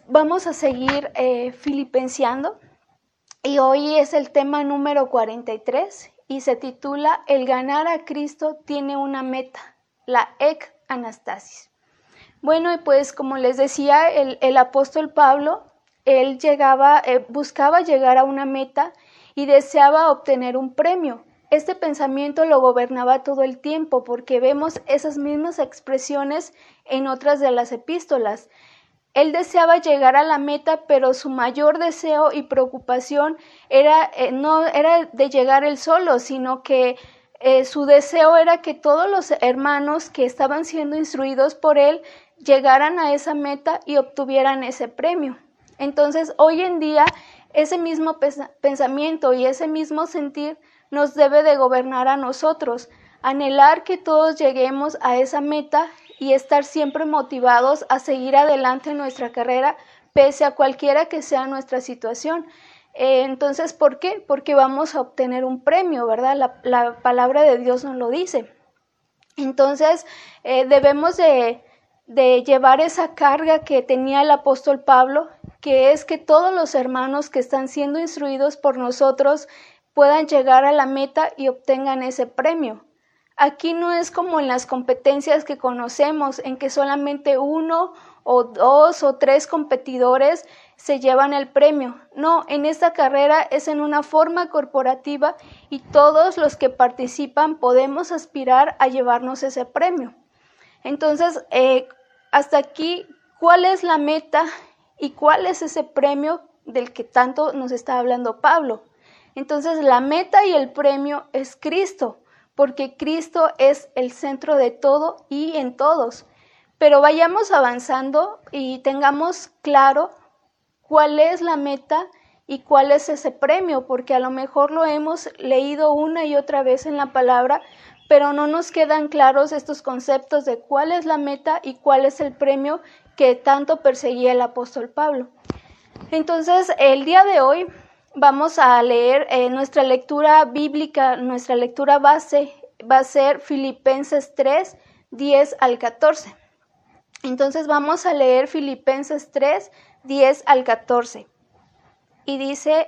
pues vamos a seguir filipenseando y hoy es el tema número 43 y se titula El ganar a Cristo tiene una meta, la Ek Anastasis. Bueno, y pues como les decía, el apóstol Pablo, él buscaba llegar a una meta y deseaba obtener un premio. Este pensamiento lo gobernaba todo el tiempo porque vemos esas mismas expresiones en otras de las epístolas. Él deseaba llegar a la meta, pero su mayor deseo y preocupación no era de llegar él solo, sino que su deseo era que todos los hermanos que estaban siendo instruidos por él llegaran a esa meta y obtuvieran ese premio. Entonces, hoy en día, ese mismo pensamiento y ese mismo sentir nos debe de gobernar a nosotros, anhelar que todos lleguemos a esa meta y estar siempre motivados a seguir adelante en nuestra carrera, pese a cualquiera que sea nuestra situación. Entonces, ¿por qué? Porque vamos a obtener un premio, ¿verdad? La palabra de Dios nos lo dice. Entonces, debemos de llevar esa carga que tenía el apóstol Pablo, que es que todos los hermanos que están siendo instruidos por nosotros puedan llegar a la meta y obtengan ese premio. Aquí no es como en las competencias que conocemos, en que solamente 1 o 2 o 3 competidores se llevan el premio. No, en esta carrera es en una forma corporativa y todos los que participan podemos aspirar a llevarnos ese premio. Entonces, hasta aquí, ¿cuál es la meta y cuál es ese premio del que tanto nos está hablando Pablo? Entonces, la meta y el premio es Cristo, porque Cristo es el centro de todo y en todos. Pero vayamos avanzando y tengamos claro cuál es la meta y cuál es ese premio, porque a lo mejor lo hemos leído una y otra vez en la palabra, pero no nos quedan claros estos conceptos de cuál es la meta y cuál es el premio que tanto perseguía el apóstol Pablo. Entonces, el día de hoy vamos a leer nuestra lectura bíblica, nuestra lectura base va a ser Filipenses 3, 10 al 14. Entonces vamos a leer Filipenses 3, 10 al 14. Y dice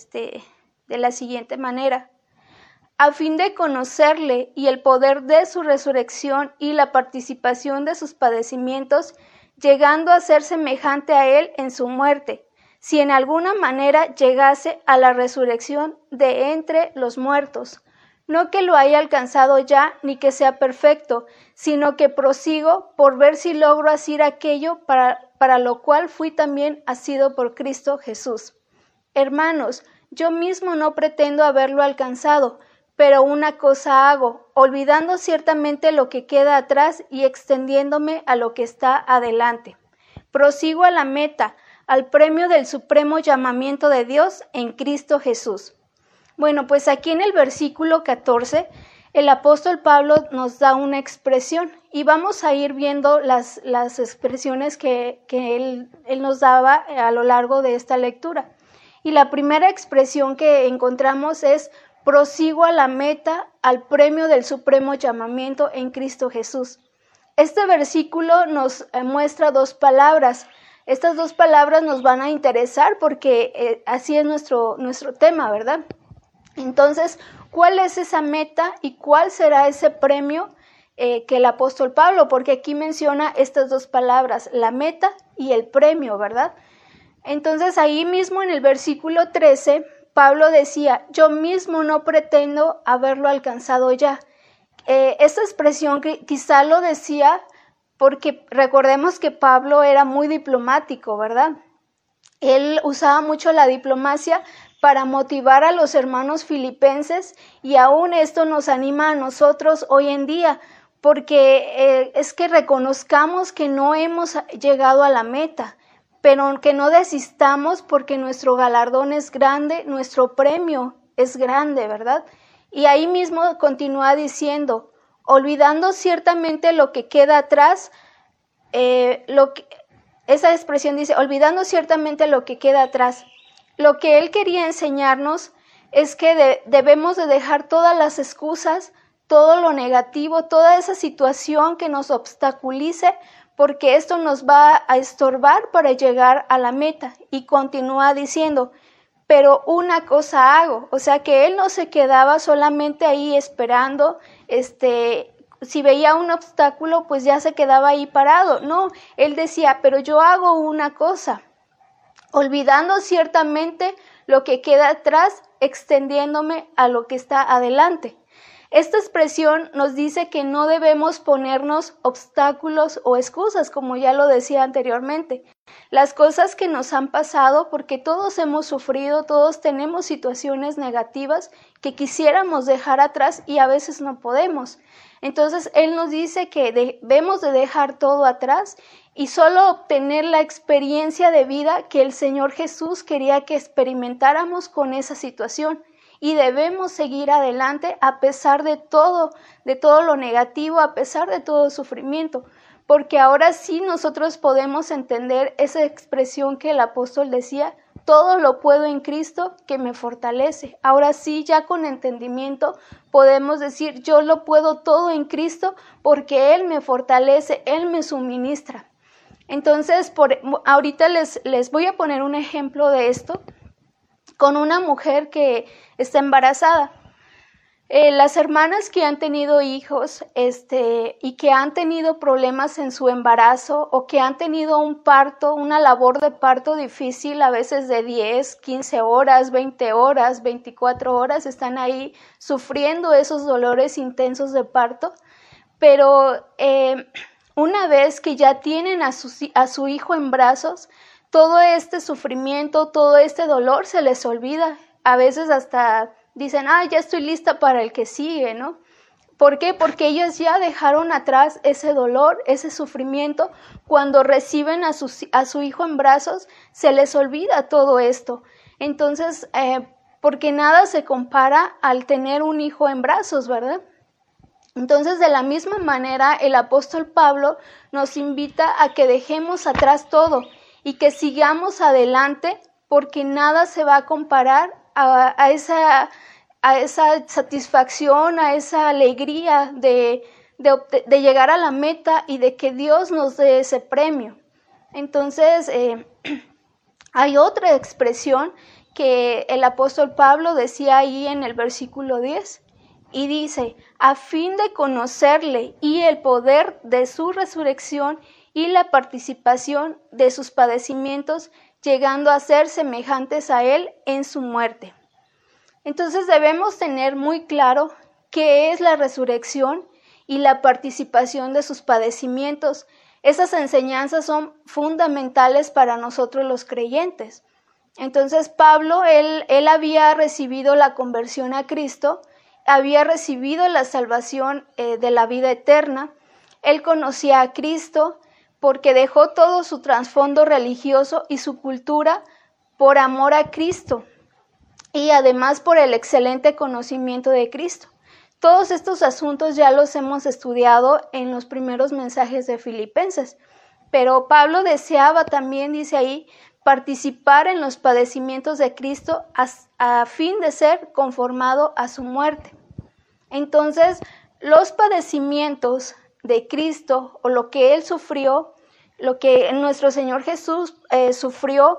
de la siguiente manera: a fin de conocerle y el poder de su resurrección y la participación de sus padecimientos, llegando a ser semejante a él en su muerte, si en alguna manera llegase a la resurrección de entre los muertos. No que lo haya alcanzado ya, ni que sea perfecto, sino que prosigo por ver si logro asir aquello para lo cual fui también asido por Cristo Jesús. Hermanos, yo mismo no pretendo haberlo alcanzado, pero una cosa hago, olvidando ciertamente lo que queda atrás y extendiéndome a lo que está adelante. Prosigo a la meta, al premio del supremo llamamiento de Dios en Cristo Jesús. Bueno, pues aquí en el versículo 14, el apóstol Pablo nos da una expresión y vamos a ir viendo las expresiones que él nos daba a lo largo de esta lectura. Y la primera expresión que encontramos es: prosigo a la meta, al premio del supremo llamamiento en Cristo Jesús. Este versículo nos muestra 2 palabras. Estas 2 palabras nos van a interesar porque así es nuestro tema, ¿verdad? Entonces, ¿cuál es esa meta y cuál será ese premio que el apóstol Pablo? Porque aquí menciona estas 2 palabras, la meta y el premio, ¿verdad? Entonces, ahí mismo en el versículo 13, Pablo decía: yo mismo no pretendo haberlo alcanzado ya. Esta expresión quizá lo decía porque recordemos que Pablo era muy diplomático, ¿verdad? Él usaba mucho la diplomacia para motivar a los hermanos filipenses y aún esto nos anima a nosotros hoy en día, porque es que reconozcamos que no hemos llegado a la meta, pero que no desistamos porque nuestro galardón es grande, nuestro premio es grande, ¿verdad? Y ahí mismo continúa diciendo: olvidando ciertamente lo que queda atrás, esa expresión dice: olvidando ciertamente lo que queda atrás. Lo que él quería enseñarnos es que debemos de dejar todas las excusas, todo lo negativo, toda esa situación que nos obstaculice porque esto nos va a estorbar para llegar a la meta. Y continúa diciendo, pero una cosa hago, o sea que él no se quedaba solamente ahí esperando, si veía un obstáculo, pues ya se quedaba ahí parado. No, él decía, pero yo hago una cosa, olvidando ciertamente lo que queda atrás, extendiéndome a lo que está adelante. Esta expresión nos dice que no debemos ponernos obstáculos o excusas, como ya lo decía anteriormente. Las cosas que nos han pasado, porque todos hemos sufrido, todos tenemos situaciones negativas que quisiéramos dejar atrás y a veces no podemos. Entonces, Él nos dice que debemos de dejar todo atrás y solo obtener la experiencia de vida que el Señor Jesús quería que experimentáramos con esa situación. Y debemos seguir adelante a pesar de todo lo negativo, a pesar de todo sufrimiento, porque ahora sí nosotros podemos entender esa expresión que el apóstol decía, todo lo puedo en Cristo que me fortalece. Ahora sí, ya con entendimiento podemos decir, yo lo puedo todo en Cristo porque Él me fortalece, Él me suministra. Entonces, ahorita les voy a poner un ejemplo de esto con una mujer que está embarazada. Las hermanas que han tenido hijos y que han tenido problemas en su embarazo o que han tenido un parto, una labor de parto difícil, a veces de 10, 15 horas, 20 horas, 24 horas, están ahí sufriendo esos dolores intensos de parto, pero una vez que ya tienen a su hijo en brazos, todo este sufrimiento, todo este dolor se les olvida. A veces hasta dicen, ya estoy lista para el que sigue, ¿no? ¿Por qué? Porque ellos ya dejaron atrás ese dolor, ese sufrimiento. Cuando reciben a su hijo en brazos, se les olvida todo esto. Entonces, porque nada se compara al tener un hijo en brazos, ¿verdad? Entonces, de la misma manera, el apóstol Pablo nos invita a que dejemos atrás todo y que sigamos adelante, porque nada se va a comparar a esa satisfacción, a esa alegría de llegar a la meta y de que Dios nos dé ese premio. Entonces, hay otra expresión que el apóstol Pablo decía ahí en el versículo 10, y dice, a fin de conocerle y el poder de su resurrección y la participación de sus padecimientos, llegando a ser semejantes a él en su muerte. Entonces debemos tener muy claro qué es la resurrección y la participación de sus padecimientos. Esas enseñanzas son fundamentales para nosotros los creyentes. Entonces Pablo, él había recibido la conversión a Cristo, había recibido la salvación de la vida eterna. Él conocía a Cristo porque dejó todo su trasfondo religioso y su cultura por amor a Cristo y además por el excelente conocimiento de Cristo. Todos estos asuntos ya los hemos estudiado en los primeros mensajes de Filipenses, pero Pablo deseaba también, dice ahí, participar en los padecimientos de Cristo a fin de ser conformado a su muerte. Entonces, los padecimientos de Cristo o lo que Él sufrió, lo que nuestro Señor Jesús sufrió,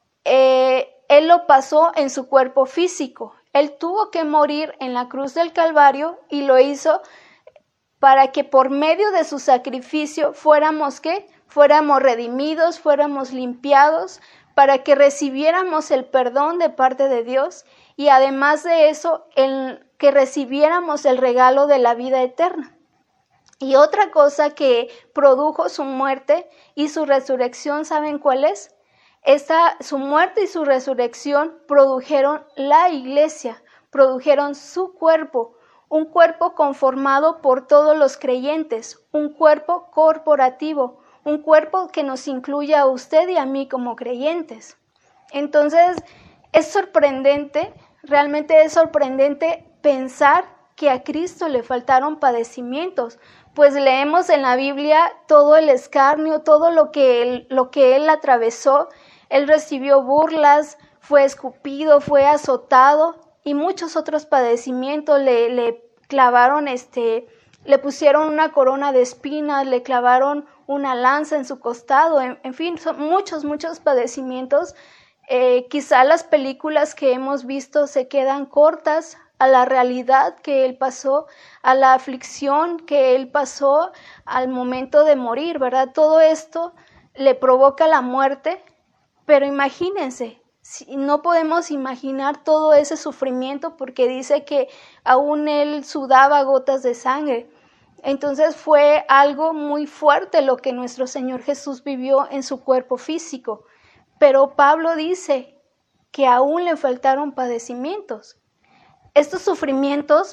Él lo pasó en su cuerpo físico. Él tuvo que morir en la cruz del Calvario y lo hizo para que por medio de su sacrificio fuéramos redimidos, fuéramos limpiados, para que recibiéramos el perdón de parte de Dios y además de eso, que recibiéramos el regalo de la vida eterna. Y otra cosa que produjo su muerte y su resurrección, ¿saben cuál es? Su muerte y su resurrección produjeron la iglesia, produjeron su cuerpo, un cuerpo conformado por todos los creyentes, un cuerpo corporativo, un cuerpo que nos incluye a usted y a mí como creyentes. Entonces, es sorprendente, realmente es sorprendente pensar que a Cristo le faltaron padecimientos, pues leemos en la Biblia todo el escarnio, todo lo que él atravesó. Él recibió burlas, fue escupido, fue azotado y muchos otros padecimientos. Le clavaron le pusieron una corona de espinas, le clavaron una lanza en su costado, en fin, son muchos padecimientos. Quizá las películas que hemos visto se quedan cortas a la realidad que él pasó, a la aflicción que él pasó al momento de morir, ¿verdad? Todo esto le provoca la muerte, pero imagínense, no podemos imaginar todo ese sufrimiento porque dice que aún él sudaba gotas de sangre. Entonces fue algo muy fuerte lo que nuestro Señor Jesús vivió en su cuerpo físico. Pero Pablo dice que aún le faltaron padecimientos. Estos sufrimientos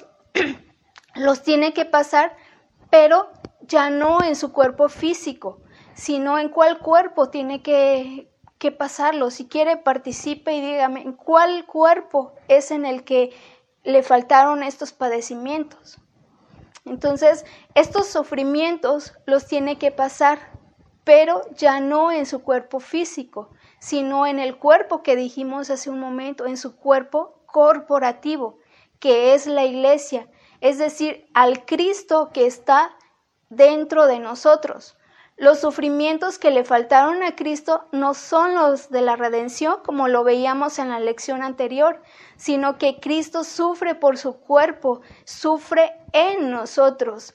los tiene que pasar, pero ya no en su cuerpo físico, sino en cuál cuerpo tiene que pasarlo. Si quiere, participe y dígame en cuál cuerpo es en el que le faltaron estos padecimientos. Entonces, estos sufrimientos los tiene que pasar, pero ya no en su cuerpo físico, sino en el cuerpo que dijimos hace un momento, en su cuerpo corporativo, que es la iglesia, es decir, al Cristo que está dentro de nosotros. Los sufrimientos que le faltaron a Cristo no son los de la redención, como lo veíamos en la lección anterior, sino que Cristo sufre por su cuerpo, sufre en nosotros.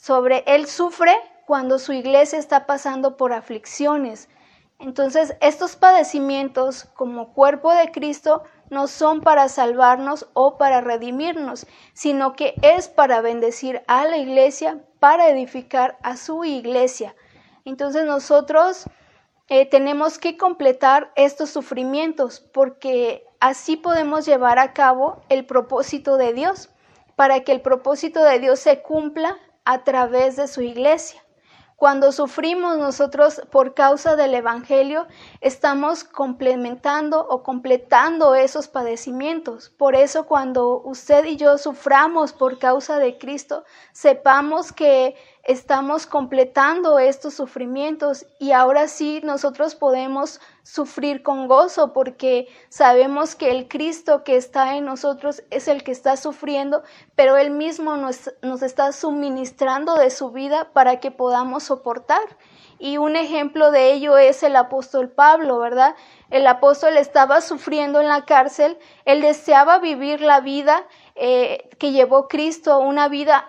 Él sufre cuando su iglesia está pasando por aflicciones. Entonces, estos padecimientos como cuerpo de Cristo no son para salvarnos o para redimirnos, sino que es para bendecir a la iglesia, para edificar a su iglesia. Entonces nosotros tenemos que completar estos sufrimientos porque así podemos llevar a cabo el propósito de Dios, para que el propósito de Dios se cumpla a través de su iglesia. Cuando sufrimos nosotros por causa del Evangelio, estamos complementando o completando esos padecimientos. Por eso cuando usted y yo suframos por causa de Cristo, sepamos que estamos completando estos sufrimientos y ahora sí nosotros podemos sufrir con gozo porque sabemos que el Cristo que está en nosotros es el que está sufriendo, pero Él mismo nos está suministrando de su vida para que podamos soportar. Y un ejemplo de ello es el apóstol Pablo, ¿verdad? El apóstol estaba sufriendo en la cárcel, él deseaba vivir la vida que llevó Cristo, una vida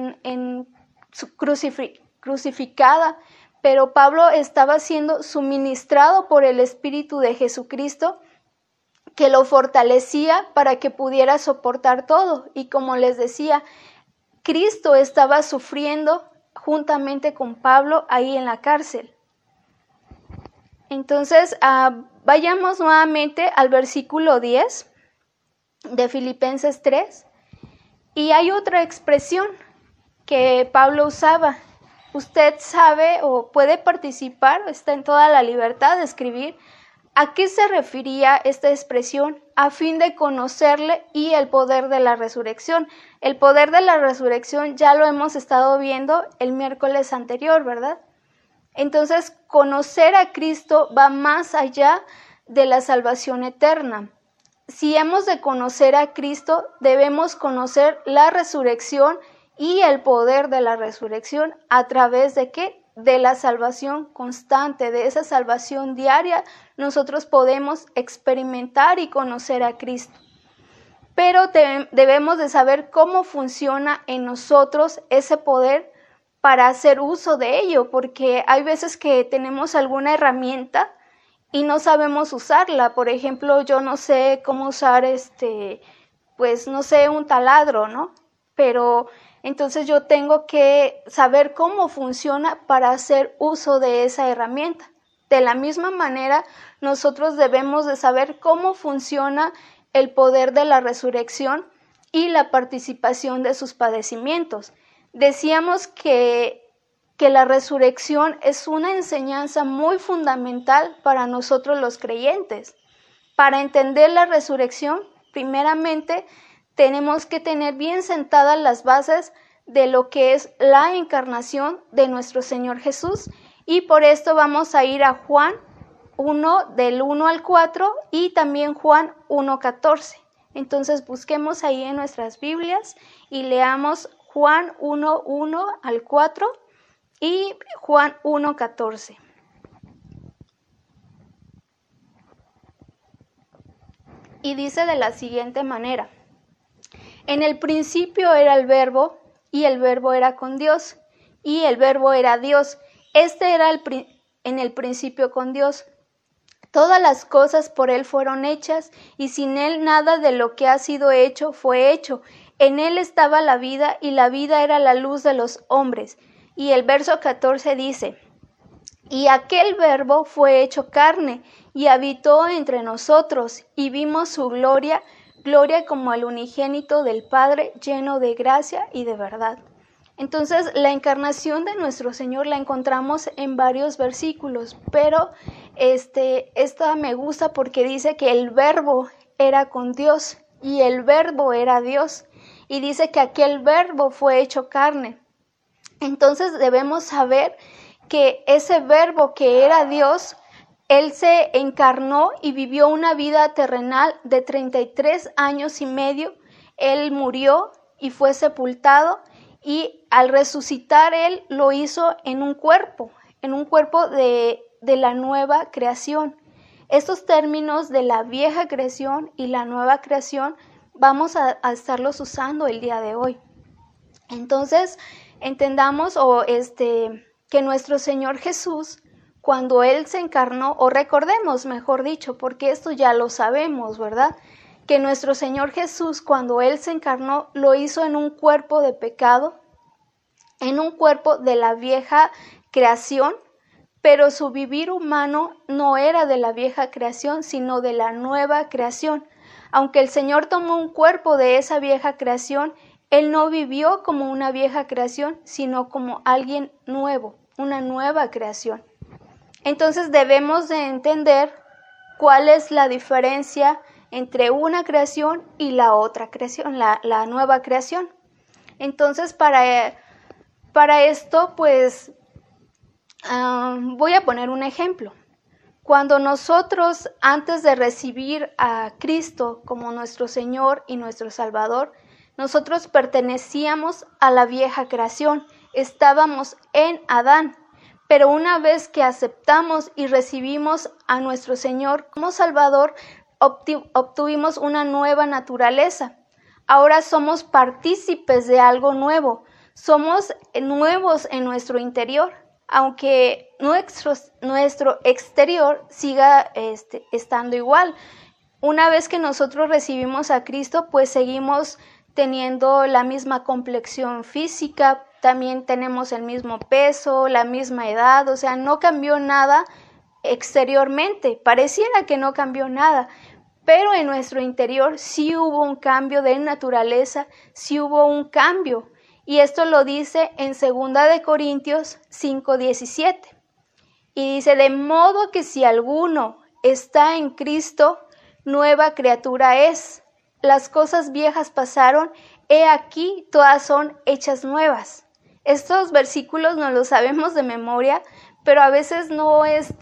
crucificada, pero Pablo estaba siendo suministrado por el Espíritu de Jesucristo que lo fortalecía para que pudiera soportar todo. Y como les decía, Cristo estaba sufriendo juntamente con Pablo ahí en la cárcel. Entonces, vayamos nuevamente al versículo 10 de Filipenses 3. Y hay otra expresión que Pablo usaba. Usted sabe o puede participar, está en toda la libertad de escribir a qué se refería esta expresión a fin de conocerle y el poder de la resurrección. El poder de la resurrección ya lo hemos estado viendo el miércoles anterior, ¿verdad? Entonces, conocer a Cristo va más allá de la salvación eterna. Si hemos de conocer a Cristo, debemos conocer la resurrección y el poder de la resurrección a través de ¿qué? De la salvación constante, de esa salvación diaria, nosotros podemos experimentar y conocer a Cristo. Pero debemos de saber cómo funciona en nosotros ese poder para hacer uso de ello, porque hay veces que tenemos alguna herramienta y no sabemos usarla. Por ejemplo, yo no sé cómo usar pues no sé, un taladro, ¿no? Pero entonces yo tengo que saber cómo funciona para hacer uso de esa herramienta. De la misma manera, nosotros debemos de saber cómo funciona el poder de la resurrección y la participación de sus padecimientos. Decíamos que la resurrección es una enseñanza muy fundamental para nosotros los creyentes. Para entender la resurrección, primeramente, tenemos que tener bien sentadas las bases de lo que es la encarnación de nuestro Señor Jesús y por esto vamos a ir a Juan 1 del 1 al 4 y también Juan 1:14. Entonces busquemos ahí en nuestras Biblias y leamos Juan 1:1 al 4 y Juan 1:14. Y dice de la siguiente manera: en el principio era el Verbo, y el Verbo era con Dios, y el Verbo era Dios. Este era en el principio con Dios. Todas las cosas por Él fueron hechas, y sin Él nada de lo que ha sido hecho fue hecho. En Él estaba la vida, y la vida era la luz de los hombres. Y el verso 14 dice: y aquel Verbo fue hecho carne, y habitó entre nosotros, y vimos su gloria, gloria como el unigénito del Padre, lleno de gracia y de verdad. Entonces, la encarnación de nuestro Señor la encontramos en varios versículos, pero esta me gusta porque dice que el Verbo era con Dios y el Verbo era Dios, y dice que aquel Verbo fue hecho carne. Entonces debemos saber que ese Verbo que era Dios, Él se encarnó y vivió una vida terrenal de 33 años y medio. Él murió y fue sepultado, y al resucitar Él lo hizo en un cuerpo de la nueva creación. Estos términos de la vieja creación y la nueva creación vamos a estarlos usando el día de hoy. Entonces, entendamos que nuestro Señor Jesús, cuando Él se encarnó, o recordemos, mejor dicho, porque esto ya lo sabemos, ¿verdad? Que nuestro Señor Jesús, cuando Él se encarnó, lo hizo en un cuerpo de pecado, en un cuerpo de la vieja creación, pero su vivir humano no era de la vieja creación, sino de la nueva creación. Aunque el Señor tomó un cuerpo de esa vieja creación, Él no vivió como una vieja creación, sino como alguien nuevo, una nueva creación. Entonces debemos de entender cuál es la diferencia entre una creación y la otra creación, la nueva creación. Entonces para esto, pues, voy a poner un ejemplo. Cuando nosotros, antes de recibir a Cristo como nuestro Señor y nuestro Salvador, nosotros pertenecíamos a la vieja creación, estábamos en Adán, pero una vez que aceptamos y recibimos a nuestro Señor como Salvador, obtuvimos una nueva naturaleza. Ahora somos partícipes de algo nuevo, somos nuevos en nuestro interior, aunque nuestro exterior siga estando igual. Una vez que nosotros recibimos a Cristo, pues seguimos teniendo la misma complexión física, también tenemos el mismo peso, la misma edad, o sea, no cambió nada exteriormente, pareciera que no cambió nada, pero en nuestro interior sí hubo un cambio de naturaleza, sí hubo un cambio, y esto lo dice en 2 de Corintios 5:17, y dice: de modo que si alguno está en Cristo, nueva criatura es. Las cosas viejas pasaron, he aquí todas son hechas nuevas. Estos versículos no los sabemos de memoria, pero a veces no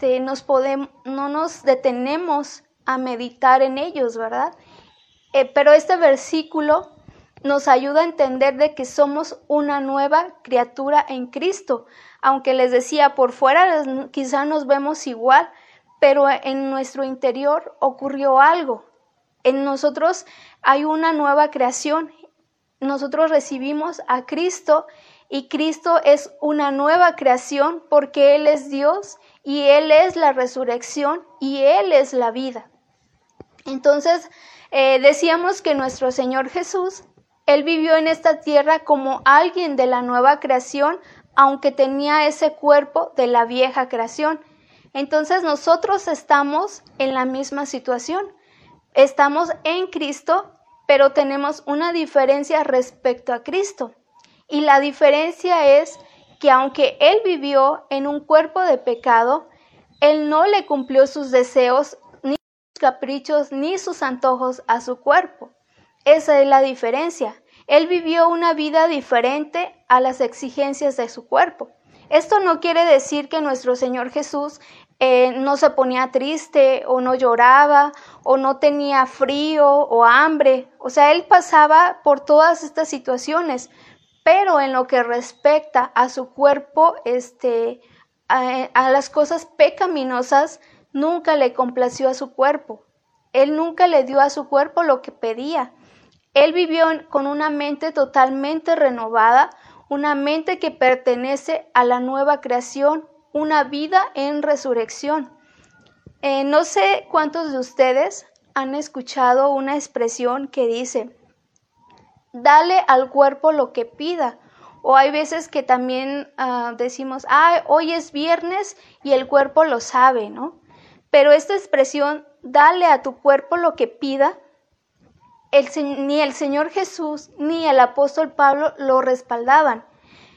nos detenemos a meditar en ellos, ¿verdad? Pero este versículo nos ayuda a entender de que somos una nueva criatura en Cristo. Aunque les decía, por fuera quizá nos vemos igual, pero en nuestro interior ocurrió algo. En nosotros hay una nueva creación. Nosotros recibimos a Cristo y Cristo es una nueva creación porque Él es Dios y Él es la resurrección y Él es la vida. Entonces, decíamos que nuestro Señor Jesús, Él vivió en esta tierra como alguien de la nueva creación, aunque tenía ese cuerpo de la vieja creación. Entonces, nosotros estamos en la misma situación. Estamos en Cristo, pero tenemos una diferencia respecto a Cristo. Y la diferencia es que aunque Él vivió en un cuerpo de pecado, Él no le cumplió sus deseos, ni sus caprichos, ni sus antojos a su cuerpo. Esa es la diferencia. Él vivió una vida diferente a las exigencias de su cuerpo. Esto no quiere decir que nuestro Señor Jesús no se ponía triste o no lloraba o no tenía frío o hambre. O sea, Él pasaba por todas estas situaciones, pero en lo que respecta a su cuerpo, a las cosas pecaminosas, nunca le complació a su cuerpo. Él nunca le dio a su cuerpo lo que pedía. Él vivió con una mente totalmente renovada, una mente que pertenece a la nueva creación, una vida en resurrección. No sé cuántos de ustedes han escuchado una expresión que dice, dale al cuerpo lo que pida. O hay veces que también decimos, hoy es viernes y el cuerpo lo sabe, ¿no? Pero esta expresión, dale a tu cuerpo lo que pida, ni el Señor Jesús ni el apóstol Pablo lo respaldaban.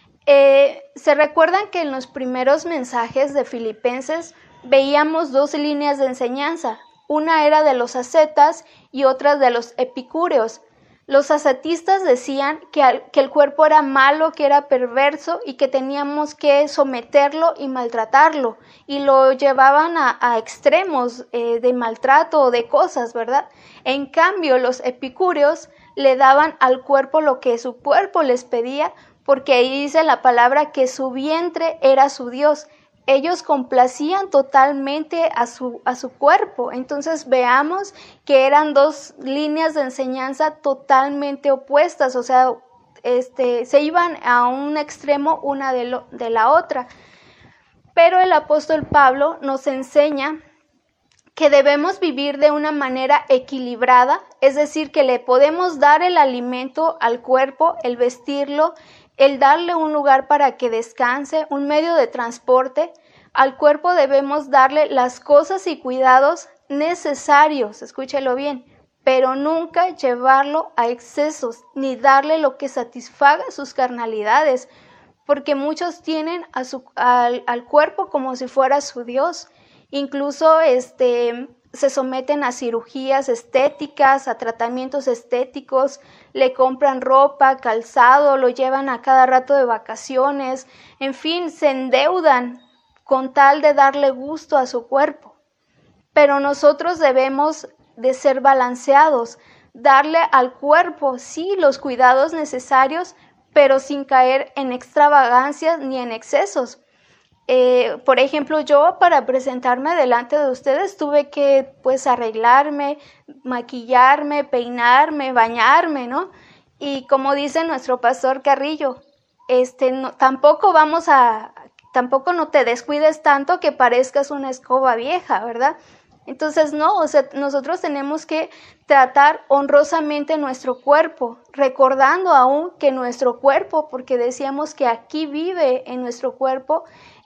Se recuerdan que en los primeros mensajes de Filipenses veíamos dos líneas de enseñanza. Una era de los ascetas y otra de los epicúreos. Los ascetistas decían que el cuerpo era malo, que era perverso y que teníamos que someterlo y maltratarlo. Y lo llevaban a extremos de maltrato o de cosas, ¿verdad? En cambio, los epicúreos le daban al cuerpo lo que su cuerpo les pedía, porque ahí dice la palabra que su vientre era su Dios. Ellos complacían totalmente a su cuerpo. Entonces veamos que eran dos líneas de enseñanza totalmente opuestas, o sea, se iban a un extremo una de la otra. Pero el apóstol Pablo nos enseña que debemos vivir de una manera equilibrada, es decir, que le podemos dar el alimento al cuerpo, el vestirlo, el darle un lugar para que descanse, un medio de transporte. Al cuerpo debemos darle las cosas y cuidados necesarios, escúchelo bien, pero nunca llevarlo a excesos, ni darle lo que satisfaga sus carnalidades, porque muchos tienen al cuerpo como si fuera su Dios. Incluso se someten a cirugías estéticas, a tratamientos estéticos, le compran ropa, calzado, lo llevan a cada rato de vacaciones, en fin, se endeudan con tal de darle gusto a su cuerpo. Pero nosotros debemos de ser balanceados, darle al cuerpo, sí, los cuidados necesarios, pero sin caer en extravagancias ni en excesos. Por ejemplo, yo para presentarme delante de ustedes tuve que arreglarme, maquillarme, peinarme, bañarme, ¿no? Y como dice nuestro pastor Carrillo, tampoco no te descuides tanto que parezcas una escoba vieja, ¿verdad? Entonces nosotros tenemos que tratar honrosamente nuestro cuerpo, recordando aún que nuestro cuerpo, porque decíamos que aquí vive en nuestro cuerpo,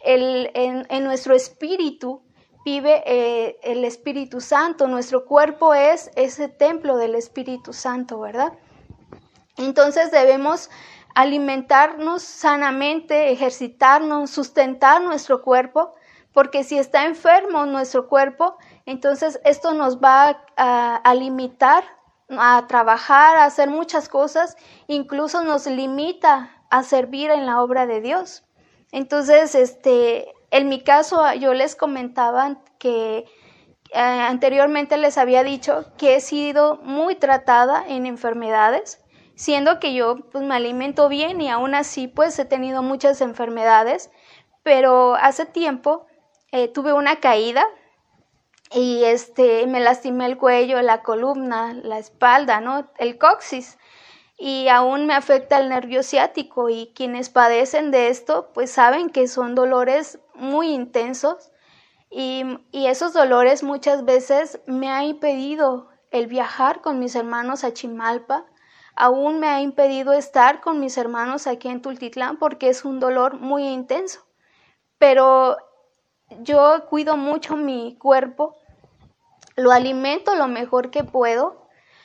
en nuestro espíritu vive el Espíritu Santo. Nuestro cuerpo es ese templo del Espíritu Santo, ¿verdad? Entonces debemos alimentarnos sanamente, ejercitarnos, sustentar nuestro cuerpo, porque si está enfermo nuestro cuerpo, entonces esto nos va a limitar a trabajar, a hacer muchas cosas, incluso nos limita a servir en la obra de Dios. Entonces, en mi caso, yo les comentaba que anteriormente les había dicho que he sido muy tratada en enfermedades, siendo que yo me alimento bien y aún así he tenido muchas enfermedades, pero hace tiempo tuve una caída y me lastimé el cuello, la columna, la espalda, ¿no? El coxis. Y aún me afecta el nervio ciático, y quienes padecen de esto saben que son dolores muy intensos y esos dolores muchas veces me han impedido el viajar con mis hermanos a Chimalpa, aún me ha impedido estar con mis hermanos aquí en Tultitlán porque es un dolor muy intenso. Pero yo cuido mucho mi cuerpo, lo alimento lo mejor que puedo,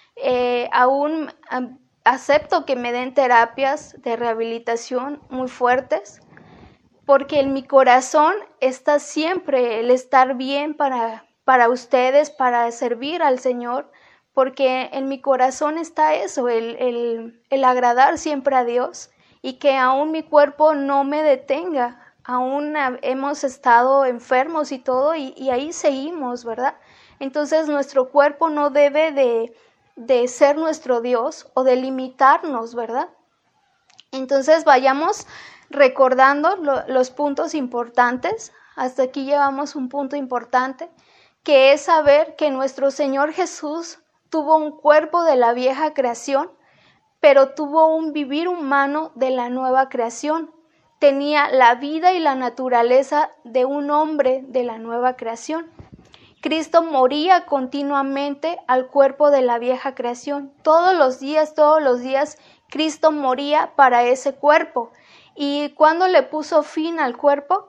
aún acepto que me den terapias de rehabilitación muy fuertes, porque en mi corazón está siempre el estar bien para ustedes, para servir al Señor, porque en mi corazón está eso, el agradar siempre a Dios, y que aún mi cuerpo no me detenga. Aún hemos estado enfermos y todo, y ahí seguimos, ¿verdad? Entonces nuestro cuerpo no debe de ser nuestro Dios o de limitarnos, ¿verdad? Entonces vayamos recordando los puntos importantes. Hasta aquí llevamos un punto importante, que es saber que nuestro Señor Jesús tuvo un cuerpo de la vieja creación, pero tuvo un vivir humano de la nueva creación. Tenía la vida y la naturaleza de un hombre de la nueva creación. Cristo moría continuamente al cuerpo de la vieja creación. Todos los días, Cristo moría para ese cuerpo. ¿Y cuándo le puso fin al cuerpo?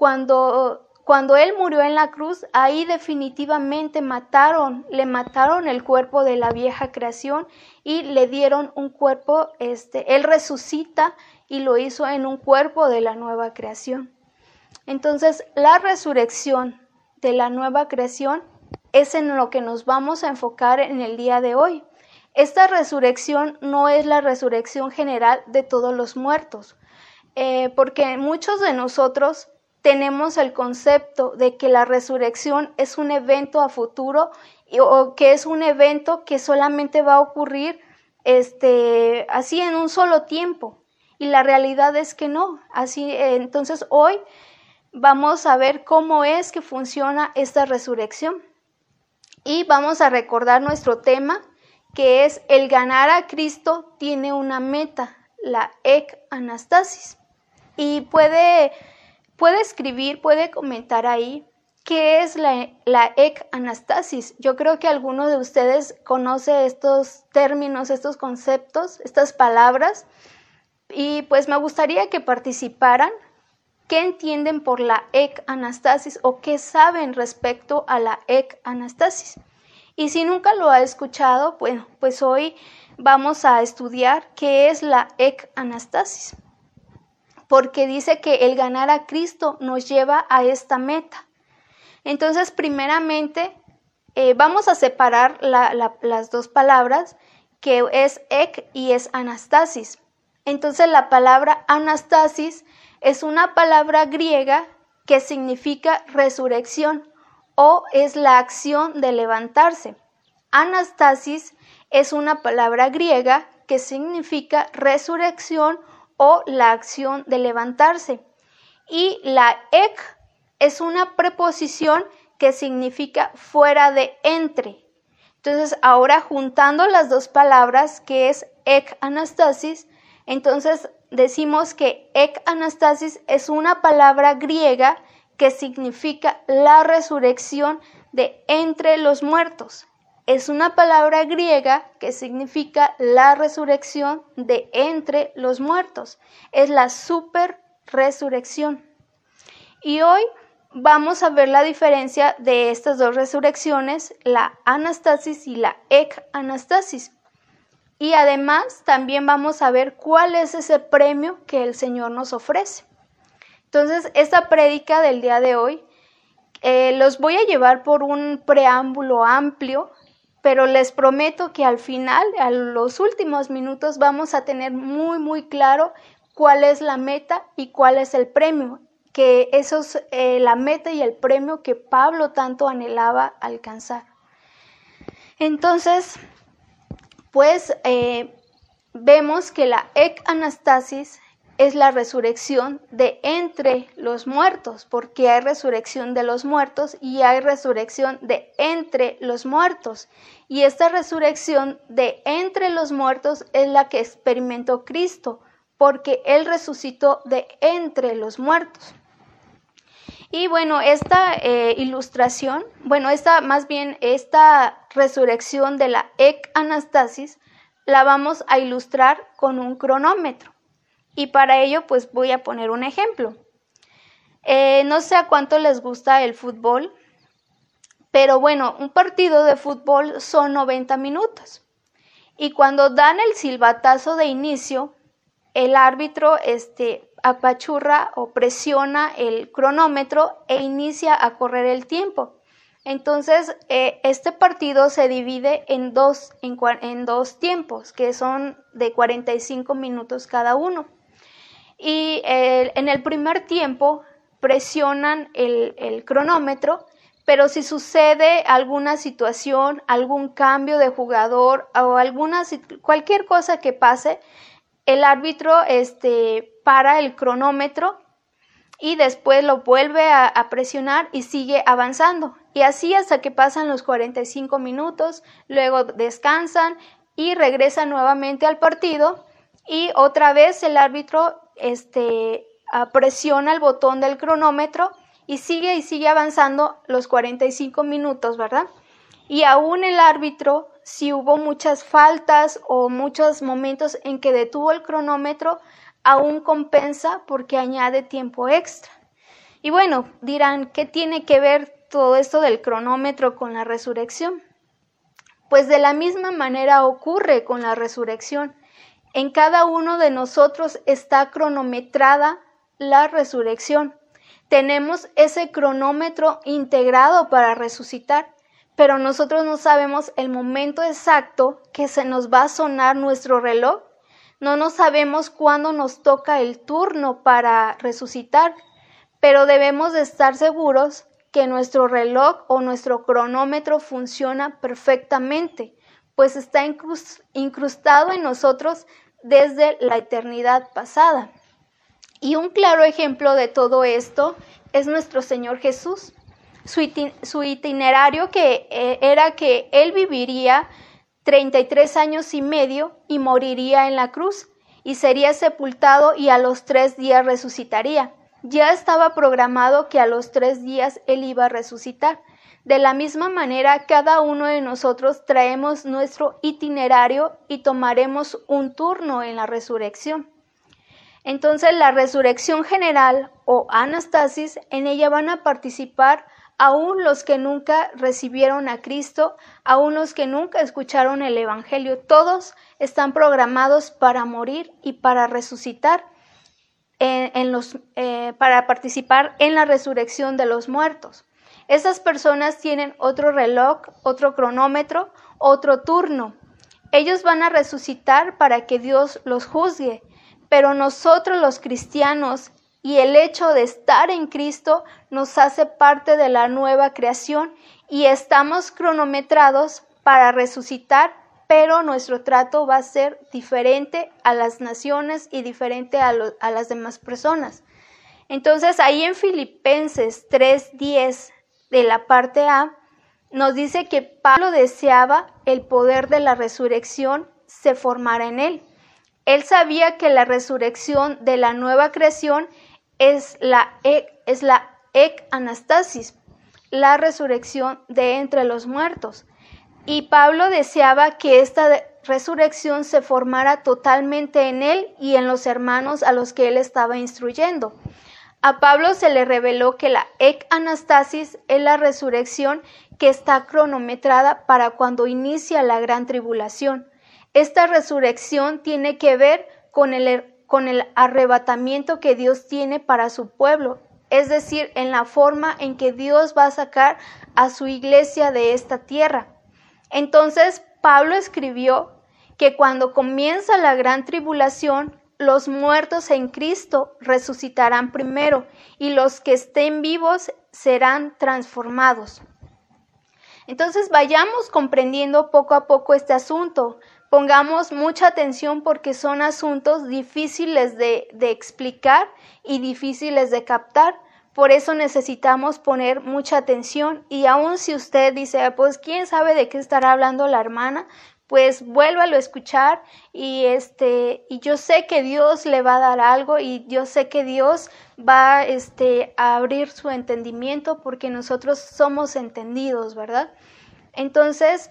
Cuando Él murió en la cruz, ahí definitivamente le mataron el cuerpo de la vieja creación y le dieron un cuerpo, Él resucita y lo hizo en un cuerpo de la nueva creación. Entonces, la resurrección de la nueva creación es en lo que nos vamos a enfocar en el día de hoy. Esta resurrección no es la resurrección general de todos los muertos, porque muchos de nosotros tenemos el concepto de que la resurrección es un evento a futuro o que es un evento que solamente va a ocurrir así en un solo tiempo, y la realidad es que no. Entonces hoy vamos a ver cómo es que funciona esta resurrección y vamos a recordar nuestro tema, que es el ganar a Cristo tiene una meta, la ek anastasis. Y puede escribir, puede comentar ahí qué es la ek anastasis. Yo creo que alguno de ustedes conoce estos términos, estos conceptos, estas palabras, y pues me gustaría que participaran. ¿Qué entienden por la ek anastasis o qué saben respecto a la ek anastasis? Y si nunca lo ha escuchado, bueno, pues hoy vamos a estudiar qué es la ek anastasis, porque dice que el ganar a Cristo nos lleva a esta meta. Entonces, primeramente, vamos a separar las dos palabras, que es ek y es anastasis. Entonces, la palabra anastasis es una palabra griega que significa resurrección o es la acción de levantarse. Anastasis es una palabra griega que significa resurrección o la acción de levantarse. Y la ek es una preposición que significa fuera de, entre. Entonces, ahora juntando las dos palabras, que es ek anastasis, entonces decimos que ek anastasis es una palabra griega que significa la resurrección de entre los muertos. Es una palabra griega que significa la resurrección de entre los muertos. Es la super resurrección. Y hoy vamos a ver la diferencia de estas dos resurrecciones, la anastasis y la ek anastasis. Y además también vamos a ver cuál es ese premio que el Señor nos ofrece. Entonces, esta prédica del día de hoy los voy a llevar por un preámbulo amplio, pero les prometo que al final, a los últimos minutos, vamos a tener muy, muy claro cuál es la meta y cuál es el premio, que eso es la meta y el premio que Pablo tanto anhelaba alcanzar. Entonces, pues vemos que la ek anastasis es la resurrección de entre los muertos, porque hay resurrección de los muertos y hay resurrección de entre los muertos. Y esta resurrección de entre los muertos es la que experimentó Cristo, porque Él resucitó de entre los muertos. Y bueno, esta ilustración, esta resurrección de la ek anastasis la vamos a ilustrar con un cronómetro. Y para ello, pues voy a poner un ejemplo. No sé a cuánto les gusta el fútbol, pero bueno, un partido de fútbol son 90 minutos. Y cuando dan el silbatazo de inicio, el árbitro apachurra o presiona el cronómetro e inicia a correr el tiempo. Entonces, este partido se divide en dos tiempos, que son de 45 minutos cada uno. Y en el primer tiempo presionan el cronómetro, pero si sucede alguna situación, algún cambio de jugador o cualquier cosa que pase, el árbitro para el cronómetro y después lo vuelve a presionar y sigue avanzando. Y así hasta que pasan los 45 minutos, luego descansan y regresan nuevamente al partido y otra vez el árbitro presiona el botón del cronómetro y sigue avanzando los 45 minutos, ¿verdad? Y aún el árbitro, si hubo muchas faltas o muchos momentos en que detuvo el cronómetro, aún compensa porque añade tiempo extra. Y bueno, dirán, ¿qué tiene que ver todo esto del cronómetro con la resurrección? Pues de la misma manera ocurre con la resurrección. En cada uno de nosotros está cronometrada la resurrección. Tenemos ese cronómetro integrado para resucitar, pero nosotros no sabemos el momento exacto que se nos va a sonar nuestro reloj. No sabemos cuándo nos toca el turno para resucitar, pero debemos de estar seguros que nuestro reloj o nuestro cronómetro funciona perfectamente, pues está incrustado en nosotros desde la eternidad pasada. Y un claro ejemplo de todo esto es nuestro Señor Jesús. Su itinerario era que Él viviría 33 años y medio y moriría en la cruz y sería sepultado y a los 3 días resucitaría. Ya estaba programado que a los 3 días Él iba a resucitar. De la misma manera, cada uno de nosotros traemos nuestro itinerario y tomaremos un turno en la resurrección. Entonces, la resurrección general o anastasis, en ella van a participar aún los que nunca recibieron a Cristo, aún los que nunca escucharon el Evangelio. Todos están programados para morir y para resucitar, para participar en la resurrección de los muertos. Esas personas tienen otro reloj, otro cronómetro, otro turno. Ellos van a resucitar para que Dios los juzgue, pero nosotros los cristianos y el hecho de estar en Cristo nos hace parte de la nueva creación y estamos cronometrados para resucitar, pero nuestro trato va a ser diferente a las naciones y diferente a las demás personas. Entonces ahí en Filipenses 3:10 de la parte A nos dice que Pablo deseaba el poder de la resurrección se formara en él. Él sabía que la resurrección de la nueva creación es la ek anastasis, la resurrección de entre los muertos. Y Pablo deseaba que esta resurrección se formara totalmente en él y en los hermanos a los que él estaba instruyendo. A Pablo se le reveló que la ek anastasis es la resurrección que está cronometrada para cuando inicia la gran tribulación. Esta resurrección tiene que ver con el arrebatamiento que Dios tiene para su pueblo, es decir, en la forma en que Dios va a sacar a su iglesia de esta tierra. Entonces, Pablo escribió que cuando comienza la gran tribulación, los muertos en Cristo resucitarán primero y los que estén vivos serán transformados. Entonces, vayamos comprendiendo poco a poco este asunto. Pongamos mucha atención porque son asuntos difíciles de explicar y difíciles de captar. Por eso necesitamos poner mucha atención. Y aun si usted dice, pues quién sabe de qué estará hablando la hermana, pues vuélvalo a escuchar y yo sé que Dios le va a dar algo y yo sé que Dios va a abrir su entendimiento porque nosotros somos entendidos, ¿verdad? Entonces,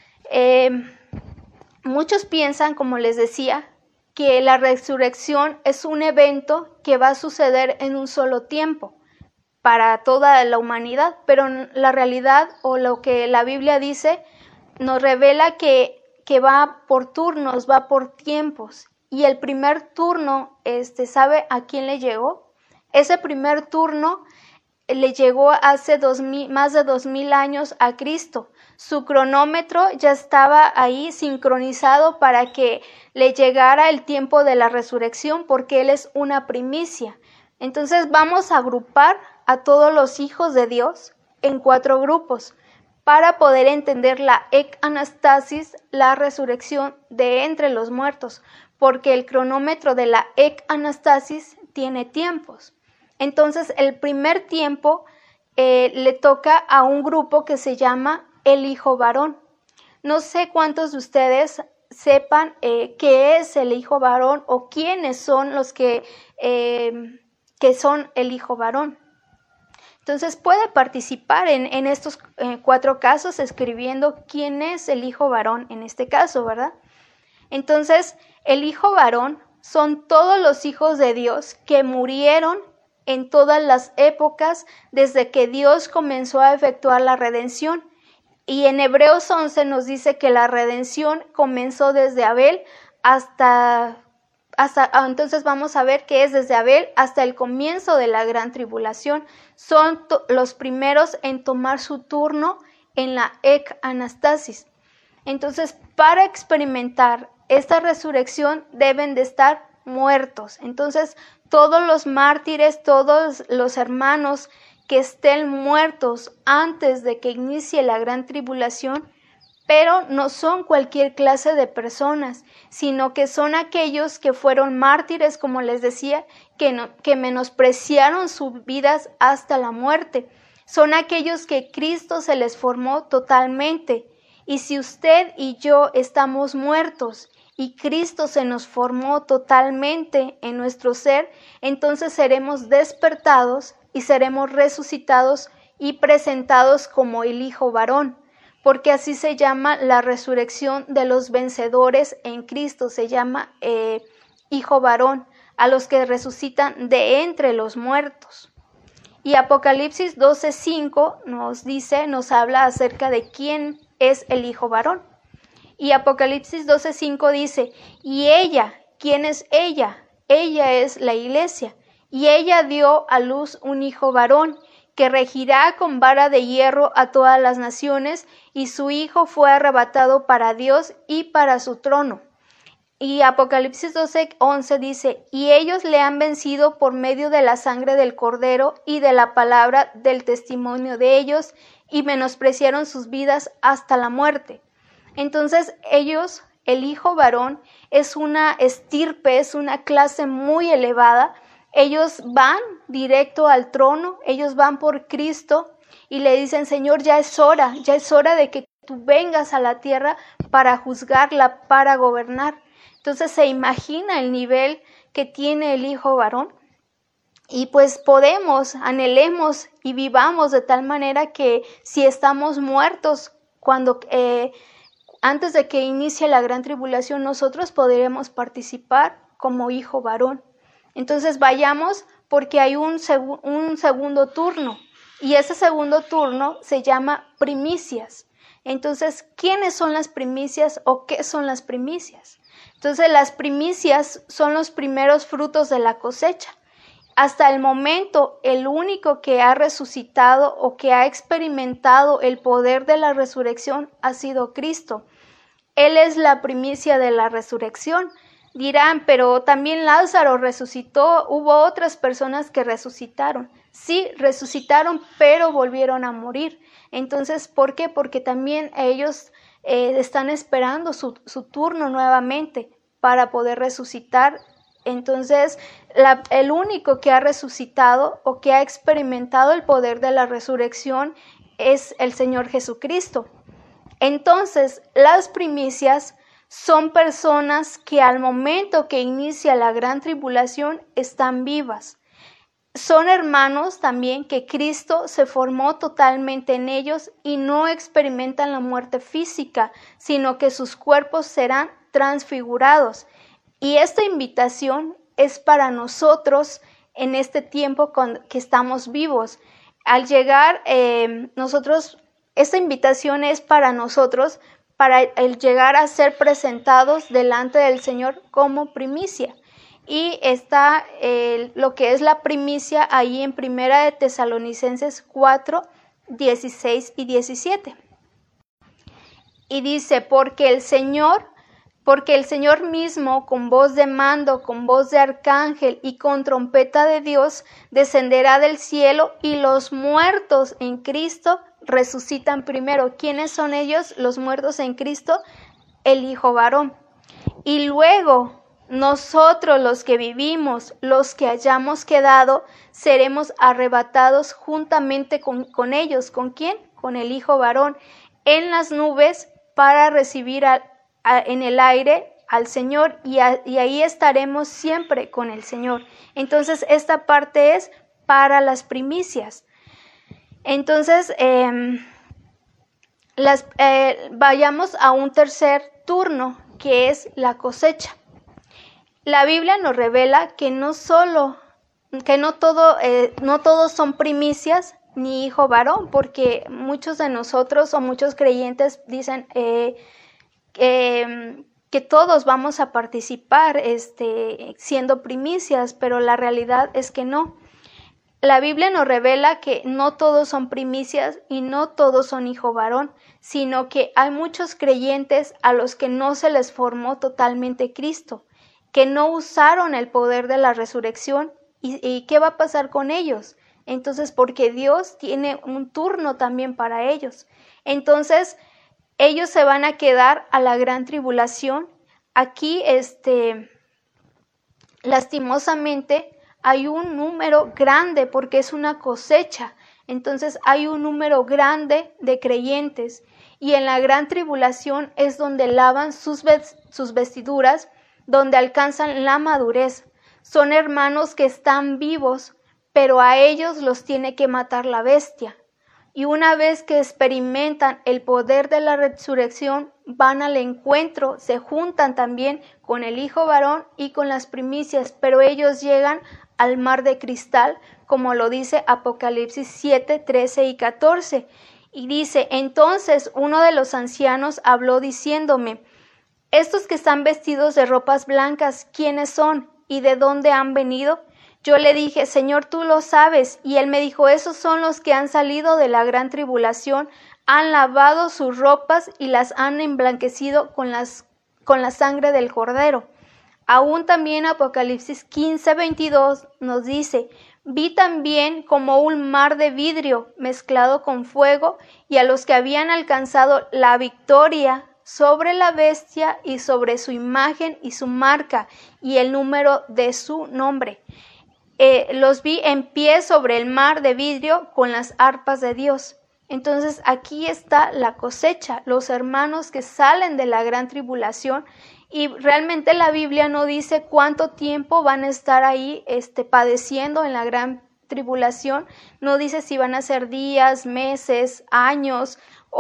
muchos piensan, como les decía, que la resurrección es un evento que va a suceder en un solo tiempo para toda la humanidad, pero la realidad o lo que la Biblia dice nos revela que va por turnos, va por tiempos. Y el primer turno, ¿sabe a quién le llegó? Ese primer turno le llegó hace más de 2000 años a Cristo. Su cronómetro ya estaba ahí sincronizado para que le llegara el tiempo de la resurrección, porque Él es una primicia. Entonces vamos a agrupar a todos los hijos de Dios en 4 grupos para poder entender la ek anastasis, la resurrección de entre los muertos. porque el cronómetro de la anastasis tiene tiempos. Entonces, el primer tiempo le toca a un grupo que se llama el hijo varón. No sé cuántos de ustedes sepan qué es el hijo varón o quiénes son los que son el hijo varón. Entonces puede participar en estos 4 casos escribiendo quién es el hijo varón en este caso, ¿verdad? Entonces, el hijo varón son todos los hijos de Dios que murieron en todas las épocas desde que Dios comenzó a efectuar la redención. Y en Hebreos 11 nos dice que la redención comenzó desde Abel entonces vamos a ver que es desde Abel hasta el comienzo de la gran tribulación. Son los primeros en tomar su turno en la anastasis. Entonces, para experimentar esta resurrección deben de estar muertos. Entonces, todos los mártires, todos los hermanos que estén muertos antes de que inicie la gran tribulación, pero no son cualquier clase de personas, sino que son aquellos que fueron mártires, como les decía, que menospreciaron sus vidas hasta la muerte. Son aquellos que Cristo se les formó totalmente. Y si usted y yo estamos muertos y Cristo se nos formó totalmente en nuestro ser, entonces seremos despertados y seremos resucitados y presentados como el hijo varón. Porque así se llama la resurrección de los vencedores en Cristo, se llama hijo varón, a los que resucitan de entre los muertos. Y Apocalipsis 12:5 nos habla acerca de quién es el hijo varón. Y Apocalipsis 12:5 dice, y ella, ¿quién es ella? Ella es la iglesia, y ella dio a luz un hijo varón, que regirá con vara de hierro a todas las naciones, y su hijo fue arrebatado para Dios y para su trono. Y Apocalipsis 12:11 dice, y ellos le han vencido por medio de la sangre del Cordero y de la palabra del testimonio de ellos, y menospreciaron sus vidas hasta la muerte. Entonces ellos, el hijo varón, es una estirpe, es una clase muy elevada. Ellos van directo al trono, ellos van por Cristo y le dicen, Señor, ya es hora de que tú vengas a la tierra para juzgarla, para gobernar. Entonces se imagina el nivel que tiene el hijo varón. Y pues anhelemos y vivamos de tal manera que si estamos muertos antes de que inicie la gran tribulación, nosotros podremos participar como hijo varón. Entonces vayamos porque hay un segundo turno y ese segundo turno se llama primicias. Entonces, ¿quiénes son las primicias o qué son las primicias? Entonces, las primicias son los primeros frutos de la cosecha. Hasta el momento, el único que ha resucitado o que ha experimentado el poder de la resurrección ha sido Cristo. Él es la primicia de la resurrección. Dirán, pero también Lázaro resucitó, hubo otras personas que resucitaron. Sí, resucitaron, pero volvieron a morir. Entonces, ¿por qué? Porque también ellos están esperando su turno nuevamente para poder resucitar. Entonces, el único que ha resucitado o que ha experimentado el poder de la resurrección es el Señor Jesucristo. Entonces, las primicias son personas que al momento que inicia la gran tribulación están vivas. Son hermanos también que Cristo se formó totalmente en ellos y no experimentan la muerte física, sino que sus cuerpos serán transfigurados. Y esta invitación es para nosotros en este tiempo que estamos vivos. Al llegar, esta invitación es para nosotros, para el llegar a ser presentados delante del Señor como primicia. Y está lo que es la primicia ahí en 1 de Tesalonicenses 4, 16 y 17. Y dice, porque el Señor mismo, con voz de mando, con voz de arcángel y con trompeta de Dios, descenderá del cielo y los muertos en Cristo resucitan primero. ¿Quiénes son ellos? Los muertos en Cristo, el hijo varón. Y luego nosotros los que vivimos, los que hayamos quedado, seremos arrebatados juntamente con ellos. ¿Con quién? Con el Hijo varón, en las nubes para recibir en el aire al Señor y ahí estaremos siempre con el Señor. Entonces esta parte es para las primicias. Entonces vayamos a un tercer turno, que es la cosecha. La Biblia nos revela que no todos son primicias ni hijo varón, porque muchos de nosotros o muchos creyentes dicen que todos vamos a participar siendo primicias, pero la realidad es que no. La Biblia nos revela que no todos son primicias y no todos son hijo varón, sino que hay muchos creyentes a los que no se les formó totalmente Cristo, que no usaron el poder de la resurrección. ¿Y qué va a pasar con ellos? Entonces, porque Dios tiene un turno también para ellos. Entonces, ellos se van a quedar a la gran tribulación. Aquí, lastimosamente, hay un número grande porque es una cosecha. Entonces, hay un número grande de creyentes. Y en la gran tribulación es donde lavan sus vestiduras, donde alcanzan la madurez. Son hermanos que están vivos, pero a ellos los tiene que matar la bestia. Y una vez que experimentan el poder de la resurrección, van al encuentro, se juntan también con el Hijo varón y con las primicias, pero ellos llegan al mar de cristal, como lo dice Apocalipsis 7, 13 y 14. Y dice, entonces uno de los ancianos habló diciéndome, estos que están vestidos de ropas blancas, ¿quiénes son? ¿Y de dónde han venido? Yo le dije, Señor, tú lo sabes. Y él me dijo, esos son los que han salido de la gran tribulación, han lavado sus ropas y las han emblanquecido con la sangre del Cordero. Aún también Apocalipsis 15, 22 nos dice, vi también como un mar de vidrio mezclado con fuego y a los que habían alcanzado la victoria sobre la bestia y sobre su imagen y su marca y el número de su nombre. Los vi en pie sobre el mar de vidrio con las arpas de Dios. Entonces aquí está la cosecha, los hermanos que salen de la gran tribulación, y realmente la Biblia no dice cuánto tiempo van a estar ahí padeciendo en la gran tribulación, no dice si van a ser días, meses, años,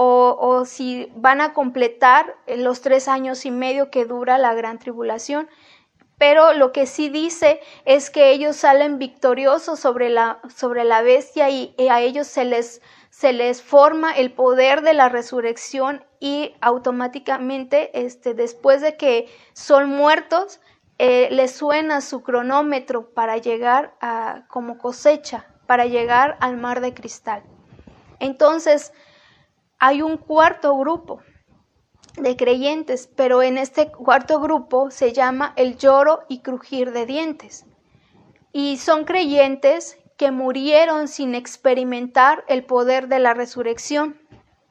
o si van a completar los 3 años y medio que dura la gran tribulación. Pero lo que sí dice es que ellos salen victoriosos sobre la bestia y a ellos se les forma el poder de la resurrección y automáticamente después de que son muertos les suena su cronómetro para llegar como cosecha, para llegar al mar de cristal. Entonces hay un cuarto grupo de creyentes, pero en este cuarto grupo se llama el lloro y crujir de dientes. Y son creyentes que murieron sin experimentar el poder de la resurrección,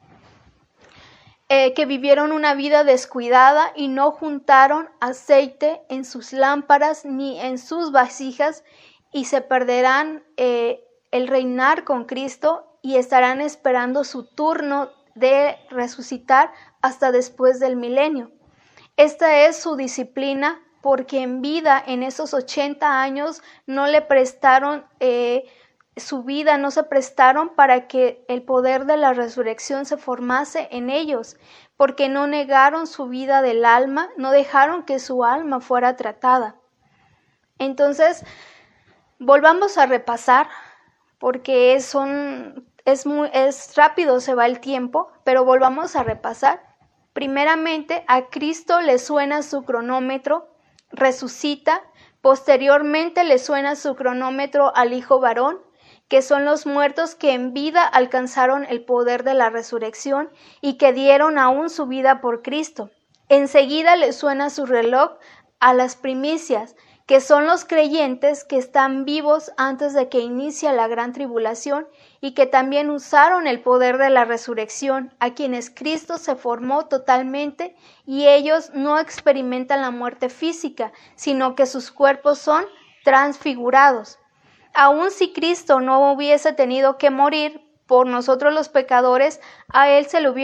que vivieron una vida descuidada y no juntaron aceite en sus lámparas ni en sus vasijas y se perderán el reinar con Cristo y estarán esperando su turno de resucitar hasta después del milenio. Esta es su disciplina porque en vida, en esos 80 años, no le prestaron su vida, no se prestaron para que el poder de la resurrección se formase en ellos, porque no negaron su vida del alma, no dejaron que su alma fuera tratada. Entonces, volvamos a repasar, porque es rápido, se va el tiempo, pero volvamos a repasar. Primeramente, a Cristo le suena su cronómetro, resucita. Posteriormente le suena su cronómetro al Hijo varón, que son los muertos que en vida alcanzaron el poder de la resurrección y que dieron aún su vida por Cristo. Enseguida le suena su reloj a las primicias, que son los creyentes que están vivos antes de que inicie la gran tribulación y que también usaron el poder de la resurrección, a quienes Cristo se formó totalmente y ellos no experimentan la muerte física, sino que sus cuerpos son transfigurados. Aun si Cristo no hubiese tenido que morir por nosotros los pecadores, a él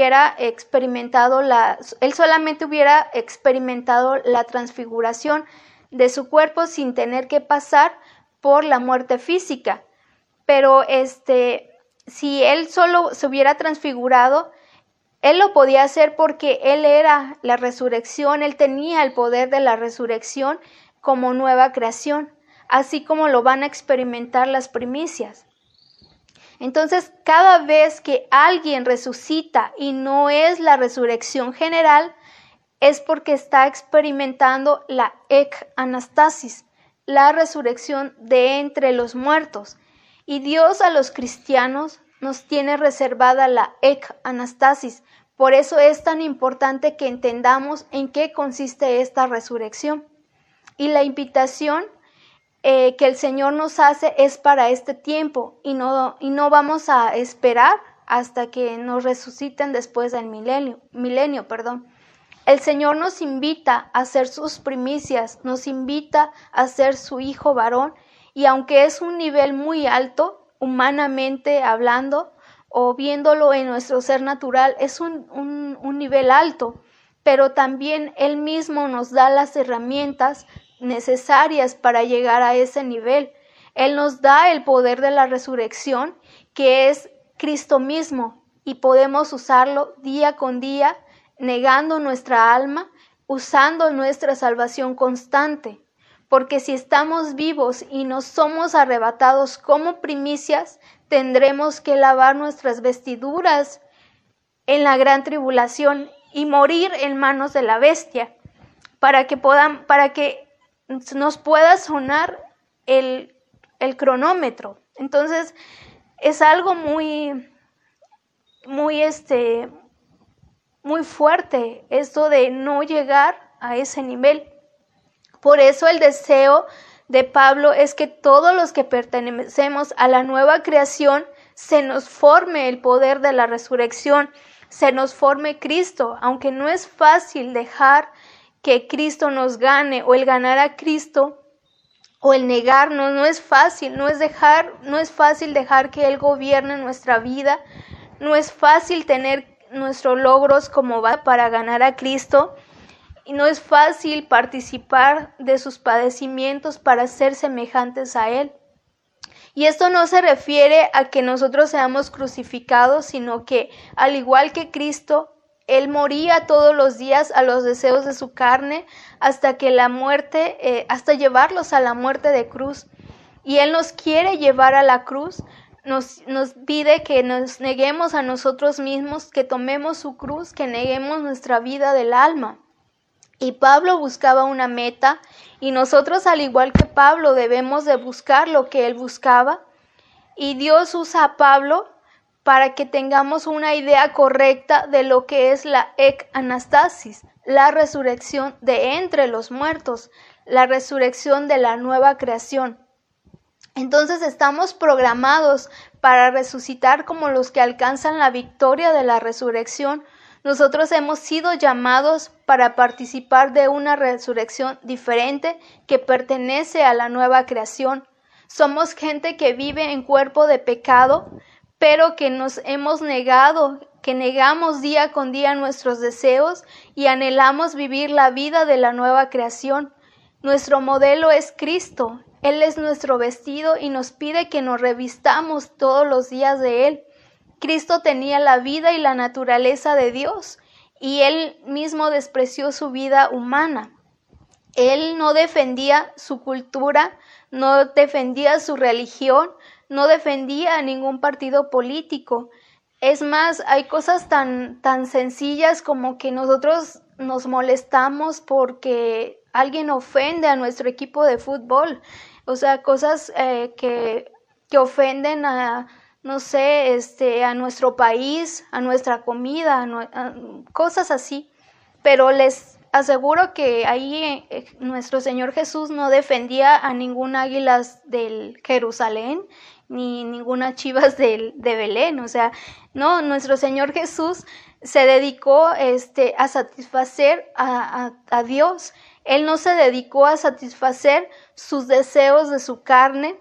él solamente hubiera experimentado la transfiguración de su cuerpo sin tener que pasar por la muerte física. Pero si él solo se hubiera transfigurado, él lo podía hacer porque él era la resurrección, él tenía el poder de la resurrección como nueva creación, así como lo van a experimentar las primicias. Entonces, cada vez que alguien resucita y no es la resurrección general, es porque está experimentando la anastasis, la resurrección de entre los muertos. Y Dios a los cristianos nos tiene reservada la anastasis. Por eso es tan importante que entendamos en qué consiste esta resurrección. Y la invitación que el Señor nos hace es para este tiempo y no vamos a esperar hasta que nos resuciten después del milenio. El Señor nos invita a ser sus primicias, nos invita a ser su hijo varón, y aunque es un nivel muy alto, humanamente hablando, o viéndolo en nuestro ser natural, es un nivel alto, pero también Él mismo nos da las herramientas necesarias para llegar a ese nivel. Él nos da el poder de la resurrección, que es Cristo mismo, y podemos usarlo día con día, negando nuestra alma, usando nuestra salvación constante. Porque si estamos vivos y no somos arrebatados como primicias, tendremos que lavar nuestras vestiduras en la gran tribulación y morir en manos de la bestia, para que nos pueda sonar el cronómetro. Entonces, es algo muy fuerte esto de no llegar a ese nivel. Por eso el deseo de Pablo es que todos los que pertenecemos a la nueva creación se nos forme el poder de la resurrección, se nos forme Cristo, aunque no es fácil dejar que Cristo nos gane, o el ganar a Cristo, o el negarnos, no es fácil, no es fácil dejar que Él gobierne nuestra vida, no es fácil tener nuestros logros como va para ganar a Cristo, y no es fácil participar de sus padecimientos para ser semejantes a Él. Y esto no se refiere a que nosotros seamos crucificados, sino que al igual que Cristo, Él moría todos los días a los deseos de su carne hasta que la muerte, hasta llevarlos a la muerte de cruz. Y Él nos quiere llevar a la cruz, nos pide que nos neguemos a nosotros mismos, que tomemos su cruz, que neguemos nuestra vida del alma. Y Pablo buscaba una meta, y nosotros, al igual que Pablo, debemos de buscar lo que él buscaba. Y Dios usa a Pablo para que tengamos una idea correcta de lo que es la anastasis, la resurrección de entre los muertos, la resurrección de la nueva creación. Entonces estamos programados para resucitar como los que alcanzan la victoria de la resurrección. Nosotros hemos sido llamados para participar de una resurrección diferente que pertenece a la nueva creación. Somos gente que vive en cuerpo de pecado, pero que nos hemos negado, que negamos día con día nuestros deseos y anhelamos vivir la vida de la nueva creación. Nuestro modelo es Cristo. Él es nuestro vestido y nos pide que nos revistamos todos los días de Él. Cristo tenía la vida y la naturaleza de Dios, y Él mismo despreció su vida humana. Él no defendía su cultura, no defendía su religión, no defendía a ningún partido político. Es más, hay cosas tan sencillas como que nosotros nos molestamos porque alguien ofende a nuestro equipo de fútbol. O sea, cosas que ofenden a, no sé, a nuestro país, a nuestra comida, cosas así. Pero aseguro que ahí nuestro Señor Jesús no defendía a ningún águilas del Jerusalén, ni ninguna chivas de Belén, o sea, no, nuestro Señor Jesús se dedicó a satisfacer a Dios. Él no se dedicó a satisfacer sus deseos de su carne,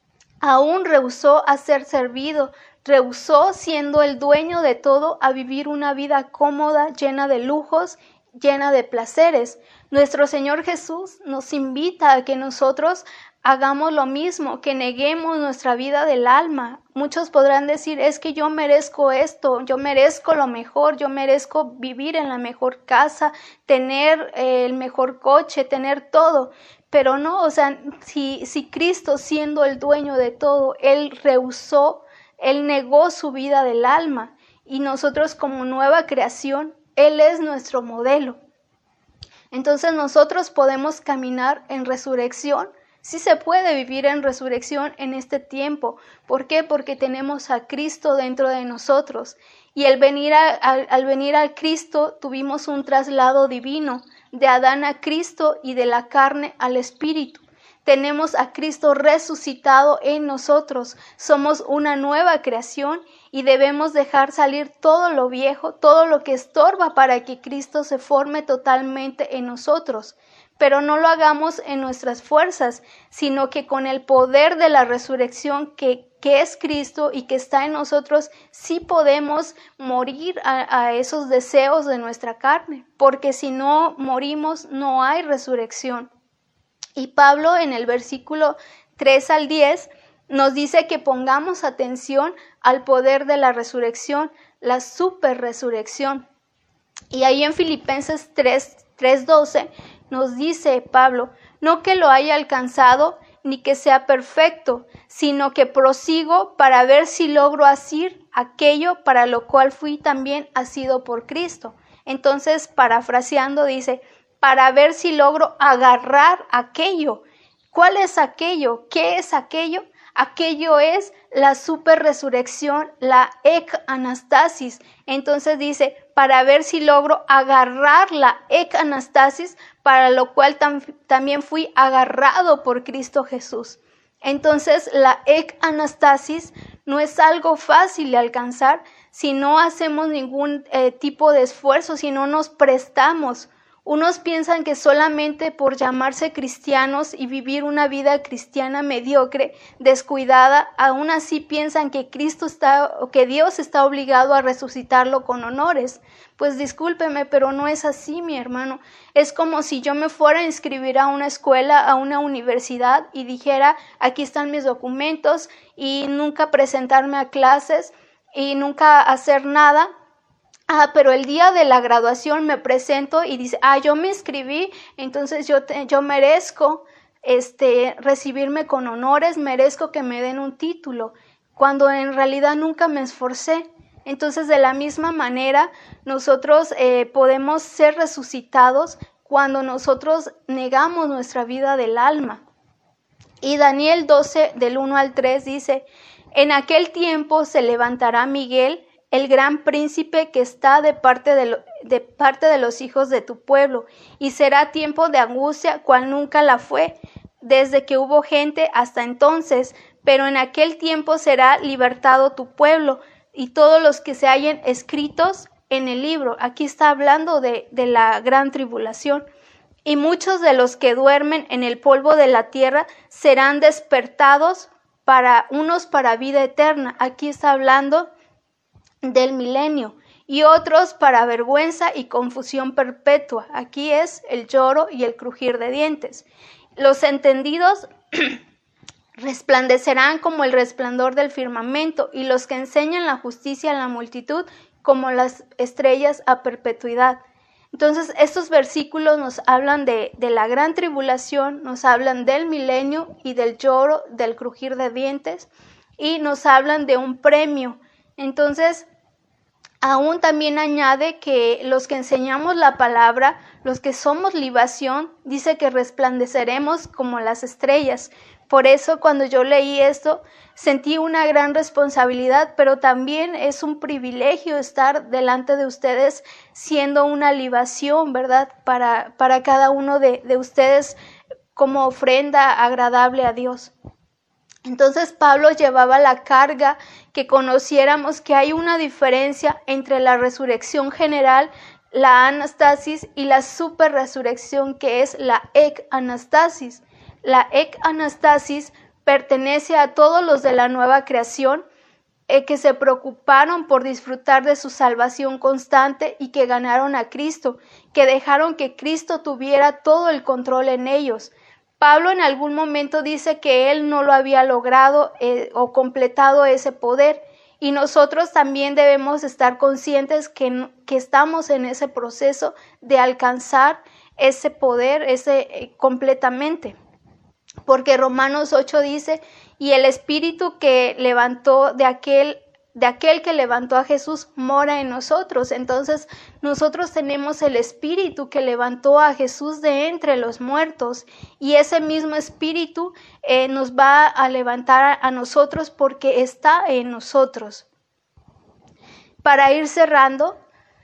aún rehusó a ser servido, rehusó, siendo el dueño de todo, a vivir una vida cómoda, llena de lujos, llena de placeres. Nuestro Señor Jesús nos invita a que nosotros hagamos lo mismo, que neguemos nuestra vida del alma. Muchos podrán decir, es que yo merezco esto, yo merezco lo mejor, yo merezco vivir en la mejor casa, tener el mejor coche, tener todo. Pero no, o sea, si Cristo, siendo el dueño de todo, Él rehusó, Él negó su vida del alma, y nosotros como nueva creación, Él es nuestro modelo. Entonces nosotros podemos caminar en resurrección. Sí se puede vivir en resurrección en este tiempo. ¿Por qué? Porque tenemos a Cristo dentro de nosotros. Y al venir al Cristo tuvimos un traslado divino, de Adán a Cristo y de la carne al Espíritu. Tenemos a Cristo resucitado en nosotros. Somos una nueva creación y debemos dejar salir todo lo viejo, todo lo que estorba para que Cristo se forme totalmente en nosotros. Pero no lo hagamos en nuestras fuerzas, sino que con el poder de la resurrección que es Cristo y que está en nosotros, sí podemos morir a esos deseos de nuestra carne, porque si no morimos no hay resurrección. Y Pablo en el versículo 3 al 10 nos dice que pongamos atención al poder de la resurrección, la superresurrección. Y ahí en Filipenses 3:12 nos dice Pablo, no que lo haya alcanzado ni que sea perfecto, sino que prosigo para ver si logro asir aquello para lo cual fui también asido por Cristo. Entonces, parafraseando, dice, para ver si logro agarrar aquello. ¿Cuál es aquello? ¿Qué es aquello? Aquello es la superresurrección, la anastasis. Entonces dice, para ver si logro agarrar la anastasis, para lo cual también fui agarrado por Cristo Jesús. Entonces la anastasis no es algo fácil de alcanzar si no hacemos ningún tipo de esfuerzo, si no nos prestamos. Unos piensan que solamente por llamarse cristianos y vivir una vida cristiana mediocre, descuidada, aún así piensan que Dios está obligado a resucitarlo con honores. Pues discúlpeme, pero no es así, mi hermano. Es como si yo me fuera a inscribir a una escuela, a una universidad y dijera, aquí están mis documentos, y nunca presentarme a clases y nunca hacer nada. Pero el día de la graduación me presento y dice, yo me inscribí, entonces yo merezco recibirme con honores, merezco que me den un título, cuando en realidad nunca me esforcé. Entonces, de la misma manera, nosotros podemos ser resucitados cuando nosotros negamos nuestra vida del alma. Y Daniel 12, del 1 al 3 dice, en aquel tiempo se levantará Miguel, el gran príncipe que está de parte de los hijos de tu pueblo, y será tiempo de angustia cual nunca la fue, desde que hubo gente hasta entonces, pero en aquel tiempo será libertado tu pueblo, y todos los que se hallen escritos en el libro. Aquí está hablando de la gran tribulación. Y muchos de los que duermen en el polvo de la tierra serán despertados, unos para vida eterna. Aquí está hablando del milenio, y otros para vergüenza y confusión perpetua. Aquí es el lloro y el crujir de dientes. Los entendidos resplandecerán como el resplandor del firmamento, y los que enseñan la justicia a la multitud como las estrellas a perpetuidad. Entonces, estos versículos nos hablan de la gran tribulación, nos hablan del milenio y del lloro, del crujir de dientes, y nos hablan de un premio. Entonces, aún también añade que los que enseñamos la palabra, los que somos libación, dice que resplandeceremos como las estrellas. Por eso cuando yo leí esto, sentí una gran responsabilidad, pero también es un privilegio estar delante de ustedes siendo una libación, ¿verdad? Para cada uno de ustedes como ofrenda agradable a Dios. Entonces Pablo llevaba la carga que conociéramos que hay una diferencia entre la resurrección general, la anastasis, y la superresurrección, que es la ecanastasis. La ecanastasis pertenece a todos los de la nueva creación que se preocuparon por disfrutar de su salvación constante y que ganaron a Cristo, que dejaron que Cristo tuviera todo el control en ellos. Pablo en algún momento dice que él no lo había logrado o completado ese poder, y nosotros también debemos estar conscientes que estamos en ese proceso de alcanzar ese poder completamente. Porque Romanos 8 dice, y el Espíritu que levantó de aquel que levantó a Jesús mora en nosotros. Entonces nosotros tenemos el Espíritu que levantó a Jesús de entre los muertos, y ese mismo Espíritu nos va a levantar a nosotros porque está en nosotros. Para ir cerrando,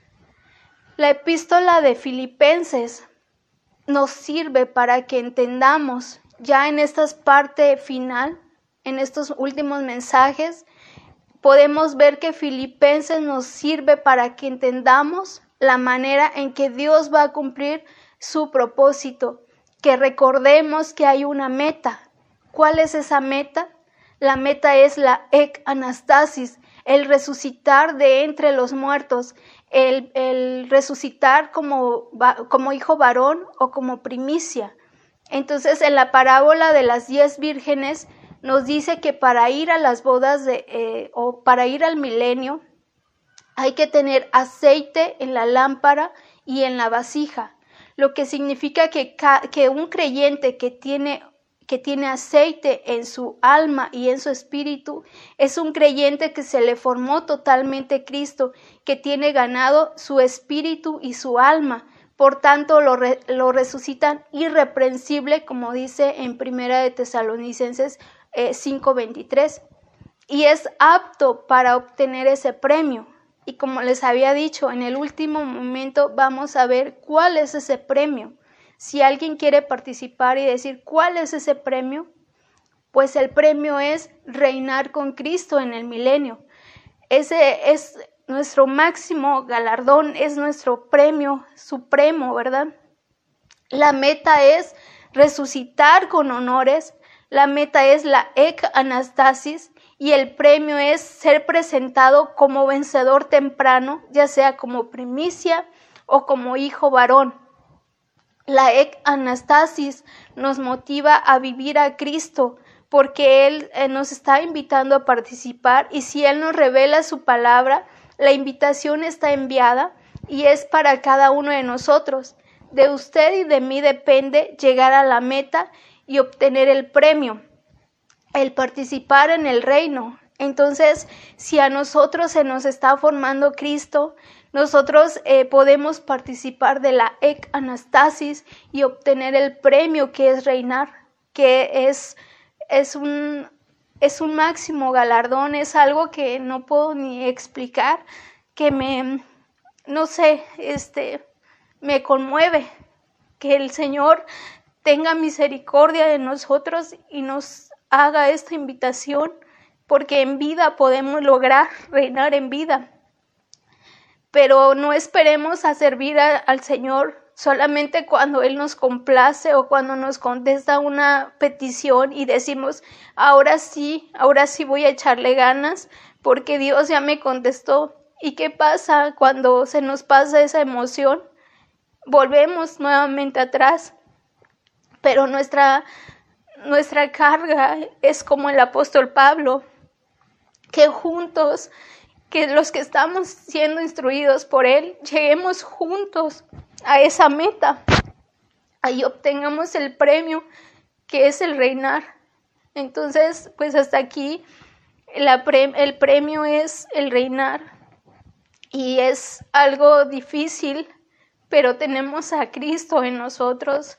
la epístola de Filipenses nos sirve para que entendamos ya en esta parte final, en estos últimos mensajes, podemos ver que Filipenses nos sirve para que entendamos la manera en que Dios va a cumplir su propósito, que recordemos que hay una meta. ¿Cuál es esa meta? La meta es la ecanastasis, el resucitar de entre los muertos, el resucitar como hijo varón o como primicia. Entonces, en la parábola de las 10 vírgenes nos dice que para ir a las bodas o para ir al milenio hay que tener aceite en la lámpara y en la vasija, lo que significa que un creyente que tiene aceite en su alma y en su espíritu es un creyente que se le formó totalmente Cristo, que tiene ganado su espíritu y su alma. Por tanto, lo resucitan irreprensible, como dice en Primera de Tesalonicenses 5:23, y es apto para obtener ese premio. Y como les había dicho, en el último momento vamos a ver cuál es ese premio. Si alguien quiere participar y decir cuál es ese premio, pues el premio es reinar con Cristo en el milenio. Ese es nuestro máximo galardón, es nuestro premio supremo, ¿verdad? La meta es resucitar con honores, la meta es la ecanastasis, y el premio es ser presentado como vencedor temprano, ya sea como primicia o como hijo varón. La ecanastasis nos motiva a vivir a Cristo, porque Él nos está invitando a participar, y si Él nos revela su palabra, la invitación está enviada y es para cada uno de nosotros. De usted y de mí depende llegar a la meta y obtener el premio, el participar en el reino. Entonces, si a nosotros se nos está formando Cristo, nosotros podemos participar de la ecanastasis y obtener el premio que es reinar, que es un máximo galardón, es algo que no puedo ni explicar, que me conmueve, que el Señor tenga misericordia de nosotros y nos haga esta invitación, porque en vida podemos lograr reinar en vida. Pero no esperemos a servir al Señor solamente cuando Él nos complace o cuando nos contesta una petición y decimos, ahora sí voy a echarle ganas porque Dios ya me contestó. ¿Y qué pasa cuando se nos pasa esa emoción? Volvemos nuevamente atrás. Pero nuestra carga es como el apóstol Pablo, que juntos, que los que estamos siendo instruidos por Él, lleguemos juntos a esa meta, ahí obtengamos el premio que es el reinar. Entonces, pues hasta aquí el premio es el reinar, y es algo difícil, pero tenemos a Cristo en nosotros,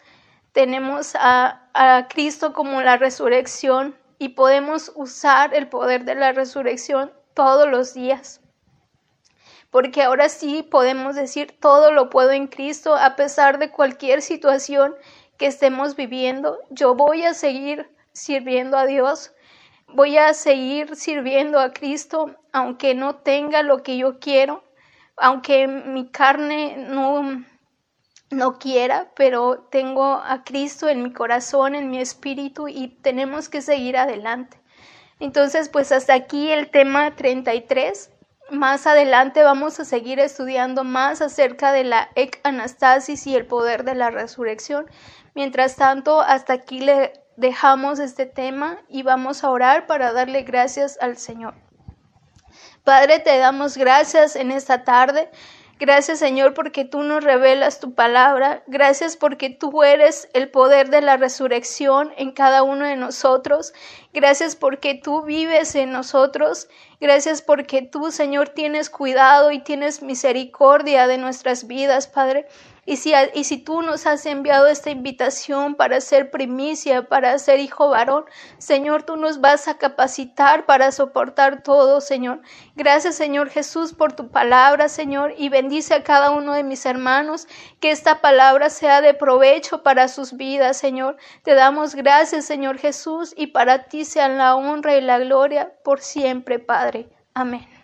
tenemos a Cristo como la resurrección y podemos usar el poder de la resurrección todos los días. Porque ahora sí podemos decir todo lo puedo en Cristo a pesar de cualquier situación que estemos viviendo. Yo voy a seguir sirviendo a Dios, voy a seguir sirviendo a Cristo aunque no tenga lo que yo quiero, aunque mi carne no quiera, pero tengo a Cristo en mi corazón, en mi espíritu y tenemos que seguir adelante. Entonces, pues hasta aquí el tema 33. Más adelante vamos a seguir estudiando más acerca de la anastasis y el poder de la resurrección. Mientras tanto, hasta aquí le dejamos este tema y vamos a orar para darle gracias al Señor. Padre, te damos gracias en esta tarde. Gracias, Señor, porque tú nos revelas tu palabra. Gracias porque tú eres el poder de la resurrección en cada uno de nosotros. Gracias porque tú vives en nosotros. Gracias porque tú, Señor, tienes cuidado y tienes misericordia de nuestras vidas, Padre. Y si tú nos has enviado esta invitación para ser primicia, para ser hijo varón, Señor, tú nos vas a capacitar para soportar todo, Señor. Gracias, Señor Jesús, por tu palabra, Señor, y bendice a cada uno de mis hermanos, que esta palabra sea de provecho para sus vidas, Señor. Te damos gracias, Señor Jesús, y para ti sean la honra y la gloria por siempre, Padre. Amén.